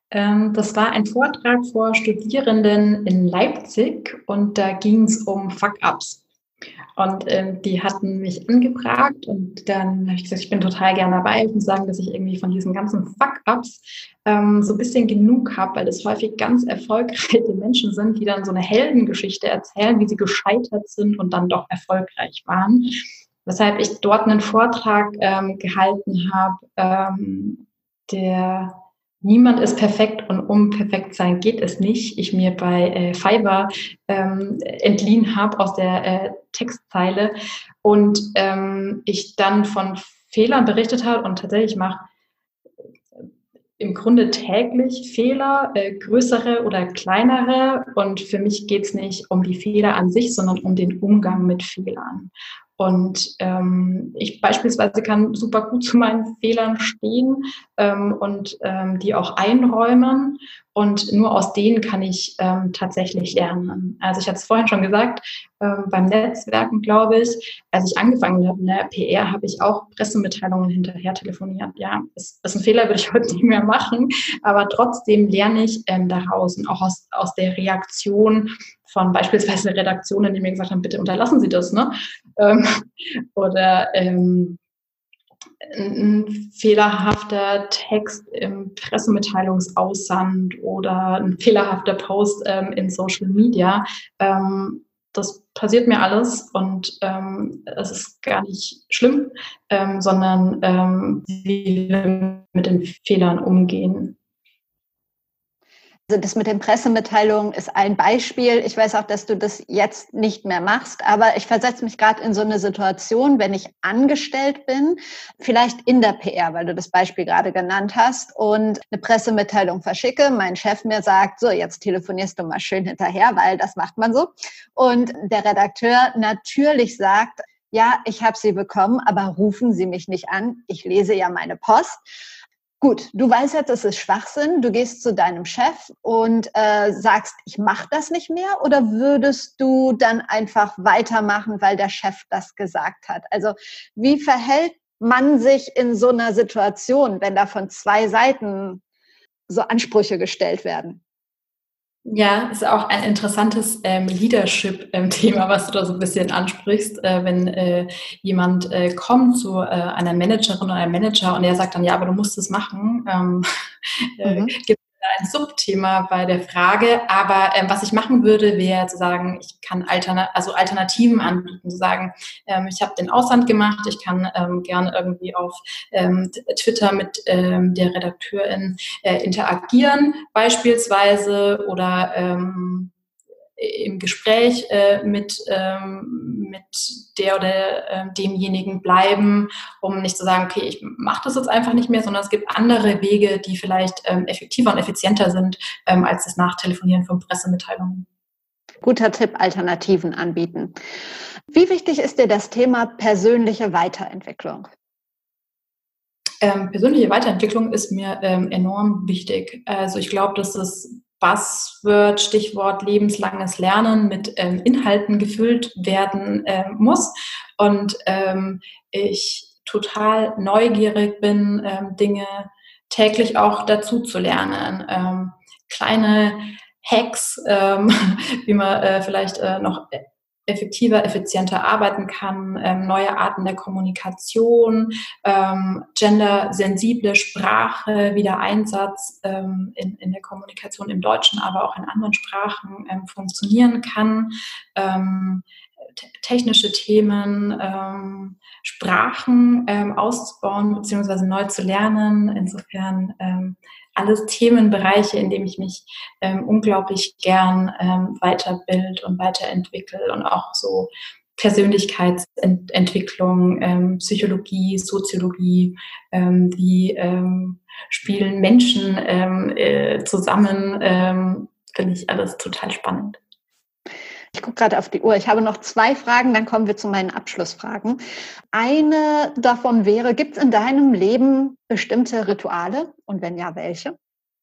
Das war ein Vortrag vor Studierenden in Leipzig und da ging es um Fuck-Ups. Und die hatten mich angefragt und dann habe ich gesagt, ich bin total gerne dabei. Ich muss sagen, dass ich irgendwie von diesen ganzen Fuck-Ups so ein bisschen genug habe, weil das häufig ganz erfolgreiche Menschen sind, die dann so eine Heldengeschichte erzählen, wie sie gescheitert sind und dann doch erfolgreich waren. Weshalb ich dort einen Vortrag gehalten habe, der Niemand ist perfekt und um perfekt sein geht es nicht. Ich mir bei Fiverr entliehen habe aus der Textzeile und ich dann von Fehlern berichtet habe und tatsächlich mache im Grunde täglich Fehler, größere oder kleinere. Und für mich geht es nicht um die Fehler an sich, sondern um den Umgang mit Fehlern. Und ich beispielsweise kann super gut zu meinen Fehlern stehen und die auch einräumen. Und nur aus denen kann ich tatsächlich lernen. Also ich hatte es vorhin schon gesagt, beim Netzwerken, glaube ich, als ich angefangen habe in der PR, habe ich auch Pressemitteilungen hinterher telefoniert. Ja, ist ein Fehler, würde ich heute nicht mehr machen, aber trotzdem lerne ich daraus und auch aus der Reaktion von beispielsweise Redaktionen, die mir gesagt haben, bitte unterlassen Sie das, ne? Oder ein fehlerhafter Text im Pressemitteilungsaussand oder ein fehlerhafter Post in Social Media. Das passiert mir alles und es ist gar nicht schlimm, sondern wie wir mit den Fehlern umgehen. Also das mit den Pressemitteilungen ist ein Beispiel. Ich weiß auch, dass du das jetzt nicht mehr machst, aber ich versetze mich gerade in so eine Situation, wenn ich angestellt bin, vielleicht in der PR, weil du das Beispiel gerade genannt hast, und eine Pressemitteilung verschicke, mein Chef mir sagt, so, jetzt telefonierst du mal schön hinterher, weil das macht man so. Und der Redakteur natürlich sagt, ja, ich habe sie bekommen, aber rufen Sie mich nicht an, ich lese ja meine Post. Gut, du weißt jetzt, es ist Schwachsinn. Du gehst zu deinem Chef und sagst, ich mache das nicht mehr, oder würdest du dann einfach weitermachen, weil der Chef das gesagt hat? Also wie verhält man sich in so einer Situation, wenn da von zwei Seiten so Ansprüche gestellt werden? Ja, ist auch ein interessantes Leadership-Thema, was du da so ein bisschen ansprichst, wenn jemand kommt zu einer Managerin oder einem Manager und der sagt dann, ja, aber du musst es machen. Gibt ein Subthema bei der Frage, aber was ich machen würde, wäre zu sagen, ich kann Alternativen anbieten, zu sagen, ich habe den Aussand gemacht, ich kann gerne irgendwie auf Twitter mit der Redakteurin interagieren beispielsweise oder im Gespräch mit der oder demjenigen bleiben, um nicht zu sagen, okay, ich mache das jetzt einfach nicht mehr, sondern es gibt andere Wege, die vielleicht effektiver und effizienter sind als das Nachtelefonieren von Pressemitteilungen. Guter Tipp, Alternativen anbieten. Wie wichtig ist dir das Thema persönliche Weiterentwicklung? Persönliche Weiterentwicklung ist mir enorm wichtig. Also ich glaube, dass das Buzzword, Stichwort lebenslanges Lernen mit Inhalten gefüllt werden muss. Und ich total neugierig bin, Dinge täglich auch dazu zu lernen. Kleine Hacks, wie man vielleicht noch effektiver, effizienter arbeiten kann, neue Arten der Kommunikation, gendersensible Sprache, Wiedereinsatz in der Kommunikation im Deutschen, aber auch in anderen Sprachen funktionieren kann, technische Themen, Sprachen auszubauen bzw. neu zu lernen. Insofern alles Themenbereiche, in denen ich mich unglaublich gern weiterbild und weiterentwickle und auch so Persönlichkeitsentwicklung, Psychologie, Soziologie, wie spielen Menschen zusammen, finde ich alles total spannend. Ich gucke gerade auf die Uhr. Ich habe noch 2 Fragen, dann kommen wir zu meinen Abschlussfragen. Eine davon wäre, gibt es in deinem Leben bestimmte Rituale? Und wenn ja, welche?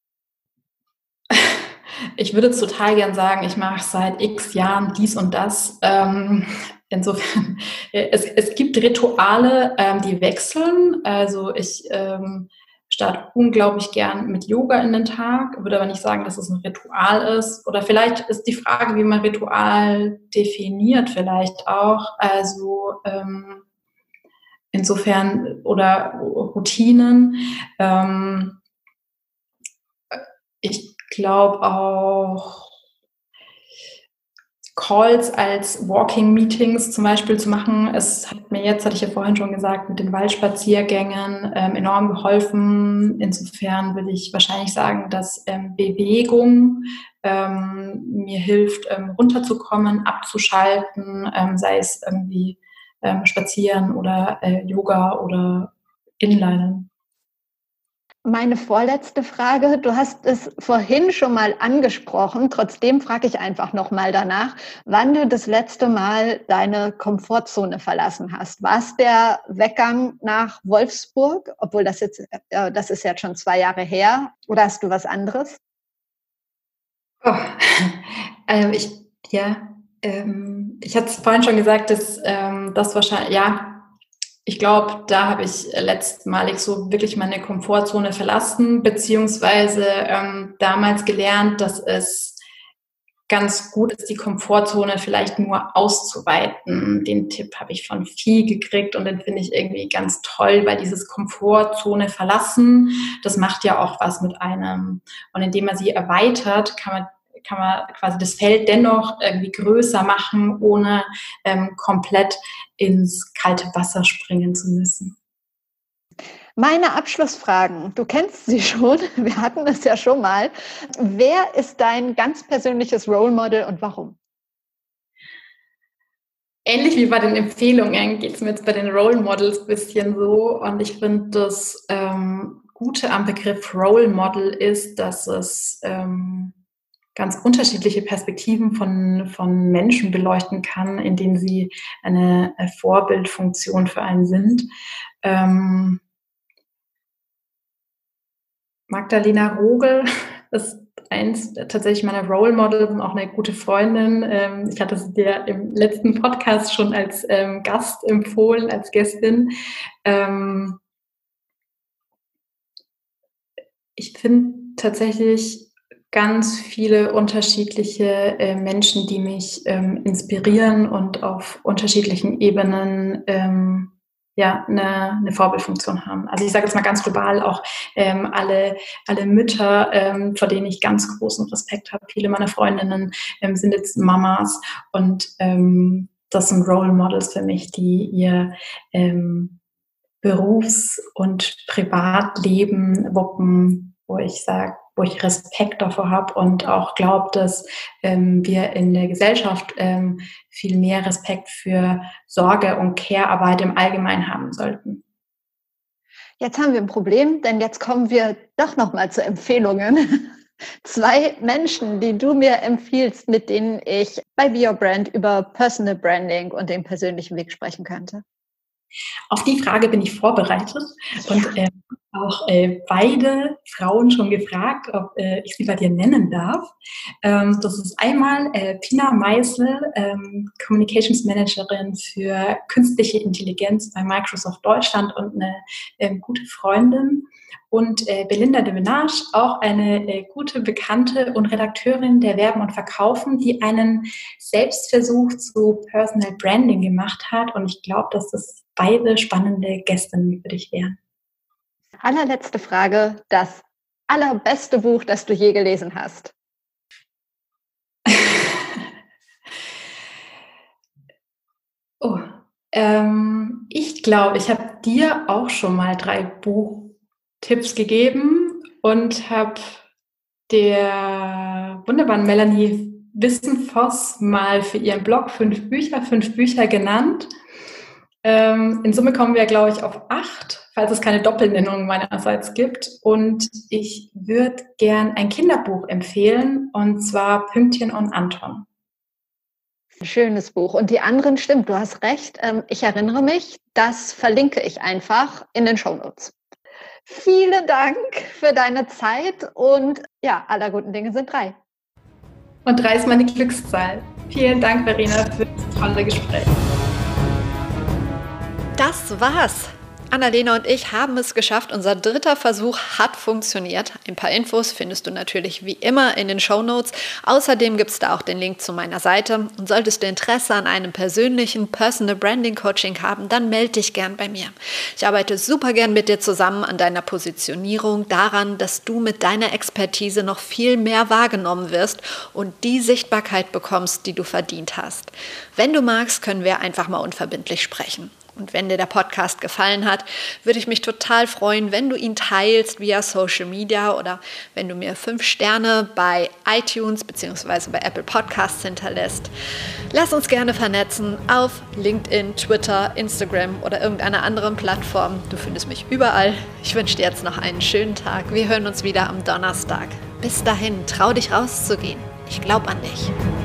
Ich würde total gern sagen, ich mache seit x Jahren dies und das. Insofern, es gibt Rituale, die wechseln. Also ich starte unglaublich gern mit Yoga in den Tag, würde aber nicht sagen, dass es ein Ritual ist. Oder vielleicht ist die Frage, wie man Ritual definiert, vielleicht auch. Also insofern, oder Routinen. Ich glaube auch, Calls als Walking-Meetings zum Beispiel zu machen. Es hat mir jetzt, hatte ich ja vorhin schon gesagt, mit den Waldspaziergängen enorm geholfen. Insofern würde ich wahrscheinlich sagen, dass Bewegung mir hilft, runterzukommen, abzuschalten, sei es irgendwie Spazieren oder Yoga oder Inlinen. Meine vorletzte Frage, du hast es vorhin schon mal angesprochen, trotzdem frage ich einfach nochmal danach, wann du das letzte Mal deine Komfortzone verlassen hast. War es der Weggang nach Wolfsburg, obwohl das ist jetzt schon 2 Jahre her, oder hast du was anderes? Ich hatte es vorhin schon gesagt, dass das wahrscheinlich, ich glaube, da habe ich letztmalig so wirklich meine Komfortzone verlassen, beziehungsweise damals gelernt, dass es ganz gut ist, die Komfortzone vielleicht nur auszuweiten. Den Tipp habe ich von Vieh gekriegt und den finde ich irgendwie ganz toll, weil dieses Komfortzone verlassen, das macht ja auch was mit einem. Und indem man sie erweitert, kann man quasi das Feld dennoch irgendwie größer machen, ohne komplett ins kalte Wasser springen zu müssen. Meine Abschlussfragen, du kennst sie schon, wir hatten es ja schon mal. Wer ist dein ganz persönliches Role Model und warum? Ähnlich wie bei den Empfehlungen geht es mir jetzt bei den Role Models ein bisschen so. Und ich finde, das Gute am Begriff Role Model ist, dass es ganz unterschiedliche Perspektiven von Menschen beleuchten kann, in denen sie eine Vorbildfunktion für einen sind. Magdalena Rogel ist eins tatsächlich meiner Role Models und auch eine gute Freundin. Ich hatte sie dir im letzten Podcast schon als Gast empfohlen, als Gästin. Ich finde tatsächlich ganz viele unterschiedliche Menschen, die mich inspirieren und auf unterschiedlichen Ebenen eine Vorbildfunktion haben. Also ich sage jetzt mal ganz global auch alle Mütter, vor denen ich ganz großen Respekt habe. Viele meiner Freundinnen sind jetzt Mamas und das sind Role Models für mich, die ihr Berufs- und Privatleben wuppen, wo ich Respekt davor habe und auch glaube, dass wir in der Gesellschaft viel mehr Respekt für Sorge- und Care-Arbeit im Allgemeinen haben sollten. Jetzt haben wir ein Problem, denn jetzt kommen wir doch nochmal zu Empfehlungen. 2 Menschen, die du mir empfiehlst, mit denen ich bei Be Your Brand über Personal Branding und den persönlichen Weg sprechen könnte. Auf die Frage bin ich vorbereitet und auch beide Frauen schon gefragt, ob ich sie bei dir nennen darf. Das ist einmal Pina Meisel, Communications Managerin für künstliche Intelligenz bei Microsoft Deutschland und eine gute Freundin. Und Belinda de Menage, auch eine gute Bekannte und Redakteurin der Werben und Verkaufen, die einen Selbstversuch zu Personal Branding gemacht hat. Und ich glaube, dass das beide spannende Gästinnen für dich wären. Allerletzte Frage, das allerbeste Buch, das du je gelesen hast. Ich glaube, ich habe dir auch schon mal 3 Buchtipps gegeben und habe der wunderbaren Melanie Wissenvoss mal für ihren Blog 5 Bücher genannt. In Summe kommen wir, glaube ich, auf 8, falls es keine Doppelnennung meinerseits gibt. Und ich würde gern ein Kinderbuch empfehlen, und zwar Pünktchen und Anton. Ein schönes Buch. Und die anderen, stimmt, du hast recht. Ich erinnere mich, das verlinke ich einfach in den Shownotes. Vielen Dank für deine Zeit und ja, aller guten Dinge sind 3. Und 3 ist meine Glückszahl. Vielen Dank, Verena, für das tolle Gespräch. Das war's. Annalena und ich haben es geschafft. Unser 3. Versuch hat funktioniert. Ein paar Infos findest du natürlich wie immer in den Shownotes. Außerdem gibt es da auch den Link zu meiner Seite. Und solltest du Interesse an einem persönlichen Personal Branding Coaching haben, dann melde dich gern bei mir. Ich arbeite super gern mit dir zusammen an deiner Positionierung, daran, dass du mit deiner Expertise noch viel mehr wahrgenommen wirst und die Sichtbarkeit bekommst, die du verdient hast. Wenn du magst, können wir einfach mal unverbindlich sprechen. Und wenn dir der Podcast gefallen hat, würde ich mich total freuen, wenn du ihn teilst via Social Media oder wenn du mir 5 Sterne bei iTunes bzw. bei Apple Podcasts hinterlässt. Lass uns gerne vernetzen auf LinkedIn, Twitter, Instagram oder irgendeiner anderen Plattform. Du findest mich überall. Ich wünsche dir jetzt noch einen schönen Tag. Wir hören uns wieder am Donnerstag. Bis dahin, trau dich rauszugehen. Ich glaube an dich.